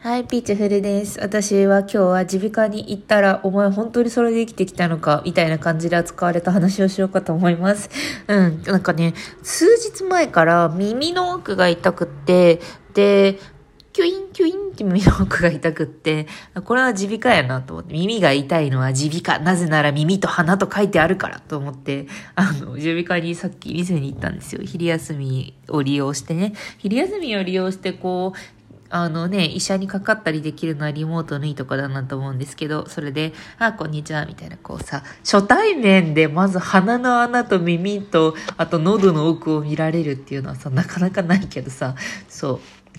はい、ピーチフルです。私は今日は耳鼻科に行ったら、お前本当にそれで生きてきたのか、みたいな感じで扱われた話をしようかと思います。なんかね、数日前から耳の奥が痛くって、で、キュインキュインって耳の奥が痛くって、これは耳鼻科やなと思って、耳が痛いのは耳鼻科、なぜなら耳と鼻と書いてあるからと思って、耳鼻科にさっき店に行ったんですよ。昼休みを利用してね。昼休みを利用して、医者にかかったりできるのはリモートのいいとこだなと思うんですけど、それで、こんにちは、みたいな、初対面でまず鼻の穴と耳と、あと喉の奥を見られるっていうのはさ、なかなかないけどさ、そう、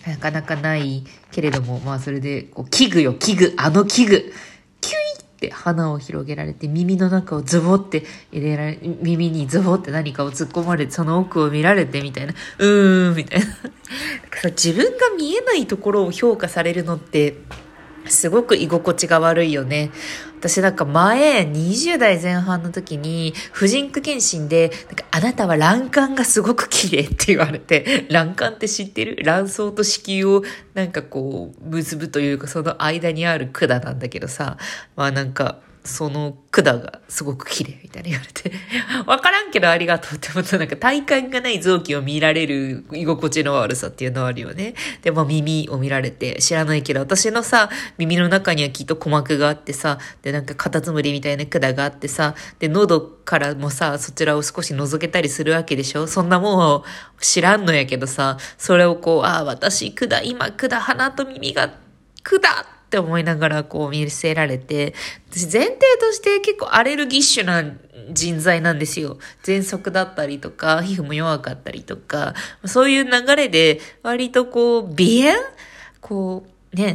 なかなかないけれども、それで、器具、キュイって鼻を広げられて、耳の中をズボって入れられ、耳にズボって何かを突っ込まれて、その奥を見られて、みたいな、みたいな。自分が見えないところを評価されるのって、すごく居心地が悪いよね。私前、20代前半の時に、婦人科検診で、あなたは卵管がすごく綺麗って言われて、卵管って知ってる？卵巣と子宮を結ぶというか、その間にある管なんだけどさ、その管がすごく綺麗みたいに言われて、わからんけどありがとうって思った。体感がない臓器を見られる居心地の悪さっていうのはあるよね。で、耳を見られて知らないけど、私のさ、耳の中にはきっと鼓膜があってさ、で、カタツムリみたいな管があってさ、で、喉からもさ、そちらを少し覗けたりするわけでしょ？そんなもん知らんのやけどさ、それを私今鼻と耳が管って思いながら見せられて、私前提として結構アレルギッシュな人材なんですよ。喘息だったりとか、皮膚も弱かったりとか、そういう流れで割と鼻炎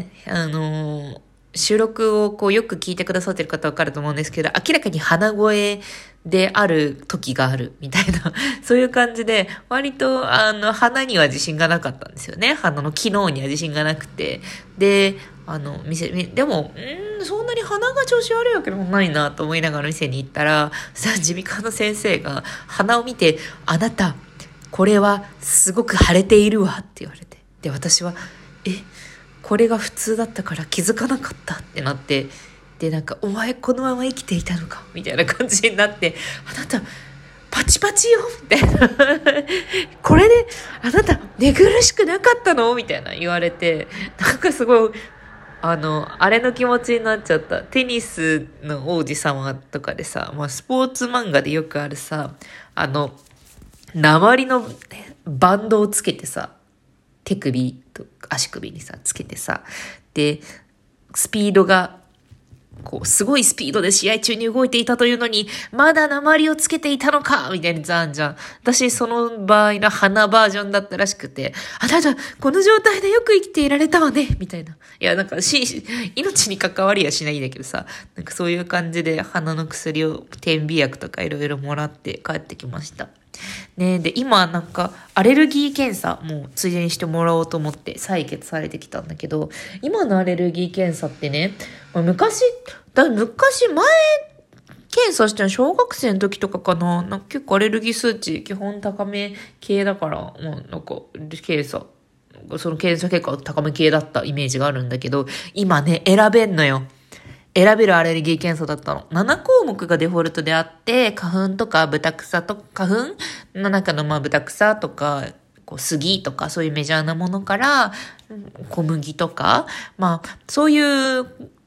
収録をよく聞いてくださってる方はわかると思うんですけど、明らかに鼻声である時があるみたいな、そういう感じで、割と鼻には自信がなかったんですよね。鼻の機能には自信がなくて。で、でも、そんなに鼻が調子悪いわけでもないなと思いながら店に行ったら、耳鼻科の先生が鼻を見て、あなた、これはすごく腫れているわって言われて。で、私は、これが普通だったから気づかなかったってなって、で、お前このまま生きていたのかみたいな感じになって、あなた、パチパチよみたいな。これで、あなた、寝苦しくなかったのみたいな言われて、すごい、あれの気持ちになっちゃった。テニスの王子様とかでさ、スポーツ漫画でよくあるさ、鉛のバンドをつけてさ、手首と足首にさ、つけてさ、で、スピードが、すごいスピードで試合中に動いていたというのに、まだ鉛をつけていたのかみたいにざんじゃん。私、その場合の鼻バージョンだったらしくて、あなた、この状態でよく生きていられたわねみたいな。いや、命に関わりはしないんだけどさ、そういう感じで鼻の薬を、点鼻薬とかいろいろもらって帰ってきました。ね、で、今アレルギー検査もついでにしてもらおうと思って採血されてきたんだけど、今のアレルギー検査ってね、昔前検査したの小学生の時とかかな。結構アレルギー数値基本高め系だから、検査、その検査結果高め系だったイメージがあるんだけど、今ね、選べんのよ。選べるアレルギー検査だったの。7項目がデフォルトであって、花粉とか豚草とか、花粉の中の豚草とか、杉とかそういうメジャーなものから、小麦とか、そういう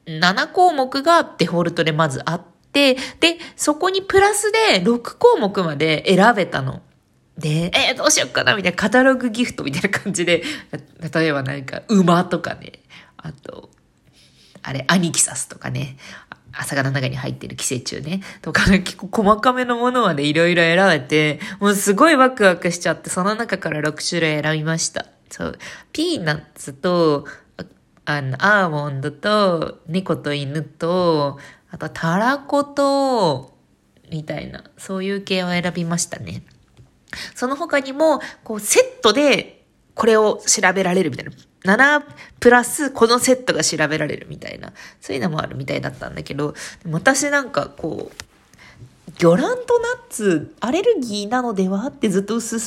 7項目がデフォルトでまずあって、で、そこにプラスで6項目まで選べたの。で、どうしよっかなみたいなカタログギフトみたいな感じで、例えば馬とかね、あと、アニキサスとかね、魚の中に入ってる寄生虫ね、とか結構細かめのものまでいろいろ選べて、もうすごいワクワクしちゃって、その中から6種類選びました。そう、ピーナッツと、アーモンドと、猫と犬と、あとタラコと、みたいな、そういう系を選びましたね。その他にも、セットで、これを調べられるみたいな。7プラスこのセットが調べられるみたいな。そういうのもあるみたいだったんだけど、私魚卵とナッツアレルギーなのではってずっとうす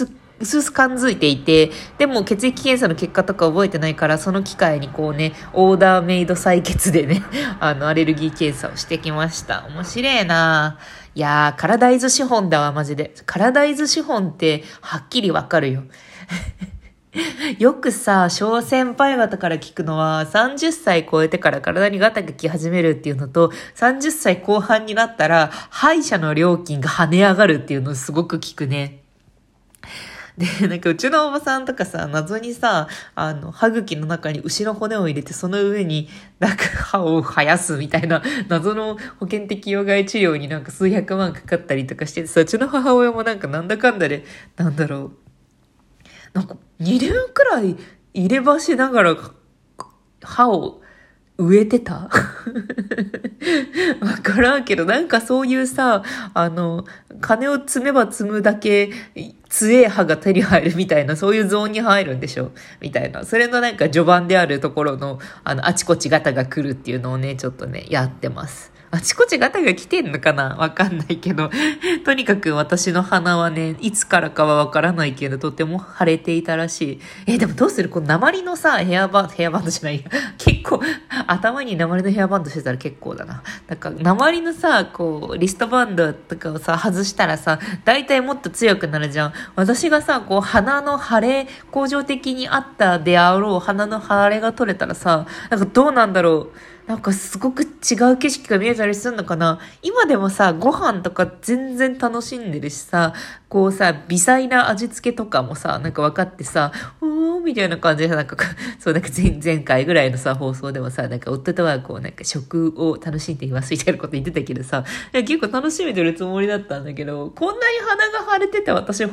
うすうす感づいていて、でも血液検査の結果とか覚えてないから、その機会にこうね、オーダーメイド採血でね、アレルギー検査をしてきました。面白いないやー、カラダイズ資本だわ、マジで。カラダイズ資本って、はっきりわかるよ。よくさ、小先輩方から聞くのは、30歳超えてから体にガタがき始めるっていうのと、30歳後半になったら、歯医者の料金が跳ね上がるっていうのをすごく聞くね。で、なんかうちのおばさんとかさ、謎にさ、歯茎の中に牛の骨を入れて、その上になんか歯を生やすみたいな、謎の保険適用外治療になんか数百万かかったりとかしててさ、うちの母親もなんだかんだで、なんだろう。なんか2年くらい入れ歯しながら歯を植えてたわからんけど、なんかそういうさ、金を積めば積むだけ強え歯が手に入るみたいな、そういうゾーンに入るんでしょみたいな。それのなんか序盤であるところの、あちこちガタが来るっていうのをね、ちょっとね、やってます。あちこちガタが来てんのかなわかんないけど。とにかく私の鼻はね、いつからかはわからないけど、とても腫れていたらしい。でもどうするこの鉛のさ、ヘアバンドじゃないや。結構、頭に鉛のヘアバンドしてたら結構だな。なんか、鉛のさ、こう、リストバンドとかをさ、外したらさ、大体もっと強くなるじゃん。私がさ、こう、鼻の腫れ、恒常的にあったであろう鼻の腫れが取れたらさ、なんかどうなんだろう。なんかすごく違う景色が見えたりするのかな。今でもさ、ご飯とか全然楽しんでるしさ、こうさ、微細な味付けとかもさ、なんか分かってさ、みたいな感じで、なんか、そう、なんか前回ぐらいのさ、放送でもさ、なんか夫とはこう、なんか食を楽しんでいますみたいなこと言ってたけどさ、いや結構楽しめてるつもりだったんだけど、こんなに鼻が腫れてて私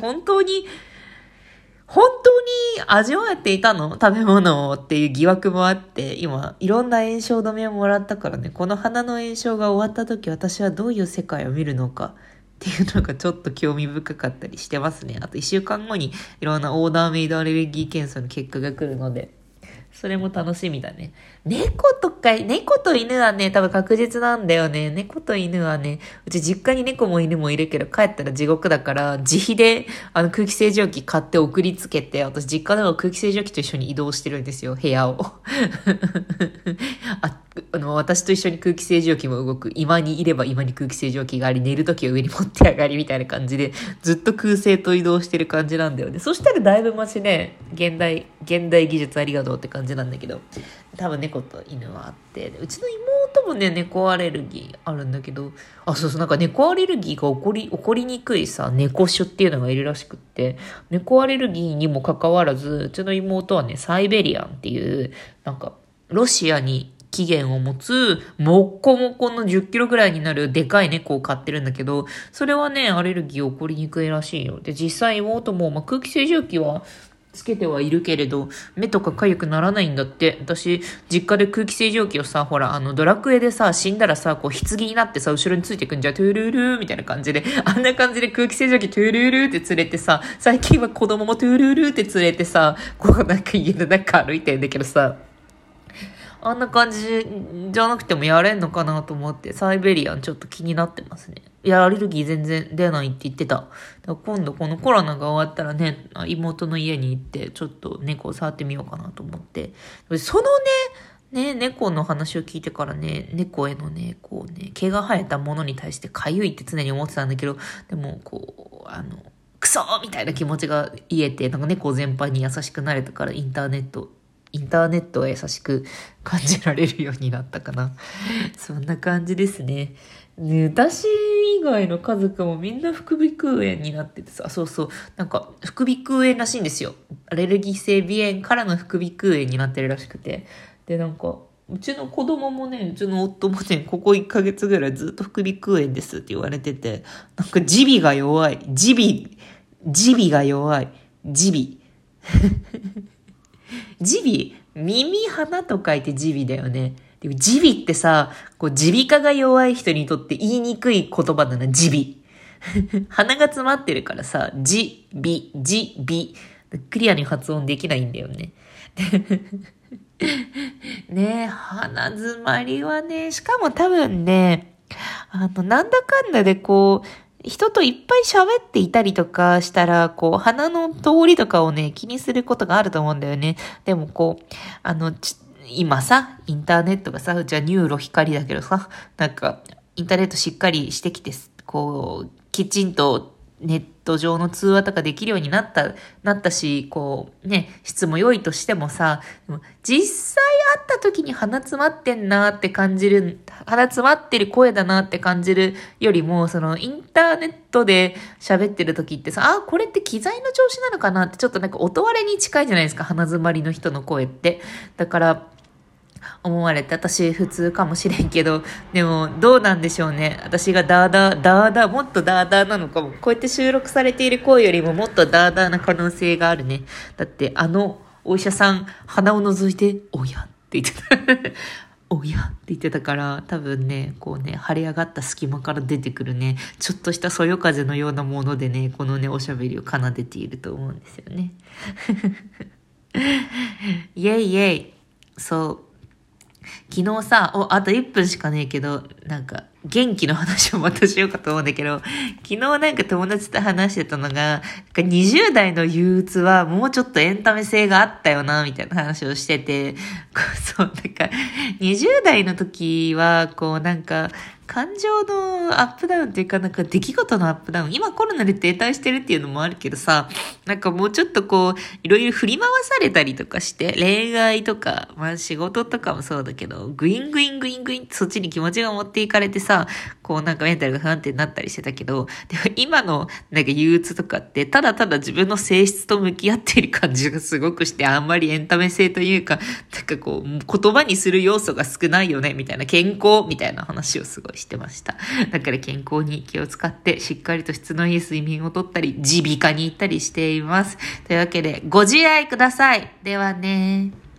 本当に味わっていたの食べ物をっていう疑惑もあって、今、いろんな炎症止めをもらったからね、この鼻の炎症が終わった時、私はどういう世界を見るのかっていうのがちょっと興味深かったりしてますね。あと1週間後にいろんなオーダーメイドアレルギー検査の結果が来るので、それも楽しみだね。猫と犬はね、多分確実なんだよね。猫と犬はね、うち実家に猫も犬もいるけど、帰ったら地獄だから、自費で空気清浄機買って送りつけて、私実家では空気清浄機と一緒に移動してるんですよ、部屋を。私と一緒に空気清浄機も動く。今にいれば今に空気清浄機があり、寝るときは上に持って上がりみたいな感じで、ずっと空清と移動してる感じなんだよね。そしたらだいぶマシね、現代技術ありがとうって感じなんだけど、多分猫と犬はあって、うちの妹もね、猫アレルギーあるんだけど、そうなんか猫アレルギーが起こりにくいさ、猫種っていうのがいるらしくって、猫アレルギーにもかかわらず、うちの妹はね、サイベリアンっていう、なんか、ロシアに起源を持つ、もっこもこの10キロぐらいになるでかい猫を飼ってるんだけど、それはね、アレルギー起こりにくいらしいよ。で、実際妹も、空気清浄機はつけてはいるけれど、目とか痒くならないんだって。私、実家で空気清浄機をさ、ほら、ドラクエでさ、死んだらさ、こう、棺になってさ、後ろについてくんじゃ、トゥルルーみたいな感じで、あんな感じで空気清浄機トゥルルーって連れてさ、最近は子供もトゥルルーって連れてさ、こう、なんか家の中歩いてんだけどさ、あんな感じじゃなくてもやれんのかなと思って、サイベリアンちょっと気になってますね。いや、アレルギー全然出ないって言ってた。だから今度このコロナが終わったらね、妹の家に行って、ちょっと猫を触ってみようかなと思って。その猫の話を聞いてからね、猫へのね、こうね、毛が生えたものに対して痒いって常に思ってたんだけど、でも、こう、クソーみたいな気持ちが癒えて、なんか猫全般に優しくなれたからインターネットは優しく感じられるようになったかな。そんな感じですね。私以外の家族もみんな副鼻腔炎になっててさ、そう、なんか副鼻腔炎らしいんですよ。アレルギー性鼻炎からの副鼻腔炎になってるらしくて。で、なんか、うちの子供もね、うちの夫もね、ここ1ヶ月ぐらいずっと副鼻腔炎ですって言われてて、なんか耳鼻が弱い。耳鼻が弱い。耳耳、鼻と書いて耳鼻だよね。でも耳鼻ってさ、こう耳鼻科が弱い人にとって言いにくい言葉だな、耳鼻。鼻が詰まってるからさ、耳鼻。クリアに発音できないんだよね。ねえ、鼻詰まりはね、しかも多分ね、なんだかんだでこう、 人といっぱい喋っていたりとかしたら、こう、鼻の通りとかをね、気にすることがあると思うんだよね。でもこう、今さ、インターネットがさ、じゃあニューロ光だけどさ、なんか、インターネットしっかりしてきて、こう、きちんとネット上の通話とかできるようになったし、こう、ね、質も良いとしてもさ、でも実際会った時に鼻詰まってんなって感じる、鼻詰まってる声だなって感じるよりも、そのインターネットで喋ってる時ってさ、これって機材の調子なのかなってちょっとなんか音割れに近いじゃないですか、鼻詰まりの人の声って。だから、思われて、私普通かもしれんけど、でもどうなんでしょうね。私がダーダー、もっとダーダーなのかも。こうやって収録されている声よりももっとダーダーな可能性があるね。だってお医者さん、鼻を覗いて、おやって言ってた。おやって言ってたから、多分ね、こうね、腫れ上がった隙間から出てくるね、ちょっとしたそよ風のようなものでね、このね、おしゃべりを奏でていると思うんですよね。イェイイェイ。そう。昨日さ、あと1分しかねえけど、なんか、元気の話をまたしようかと思うんだけど、昨日なんか友達と話してたのが、なんか20代の憂鬱はもうちょっとエンタメ性があったよな、みたいな話をしてて、そう、なんか、20代の時は、こうなんか、感情のアップダウンっていうか、なんか出来事のアップダウン。今コロナで停滞してるっていうのもあるけどさ、なんかもうちょっとこう、いろいろ振り回されたりとかして、恋愛とか、まあ仕事とかもそうだけど、グイングイングイングインってそっちに気持ちが持っていかれてさ、こうなんかメンタルが不安定になったりしてたけど、でも今のなんか憂鬱とかって、ただただ自分の性質と向き合っている感じがすごくして、あんまりエンタメ性というか、なんかこう、言葉にする要素が少ないよね、みたいな、健康みたいな話をすごいしてました。だから健康に気を使って、しっかりと質のいい睡眠をとったり、耳鼻科に行ったりしています。というわけで、ご自愛ください。ではね。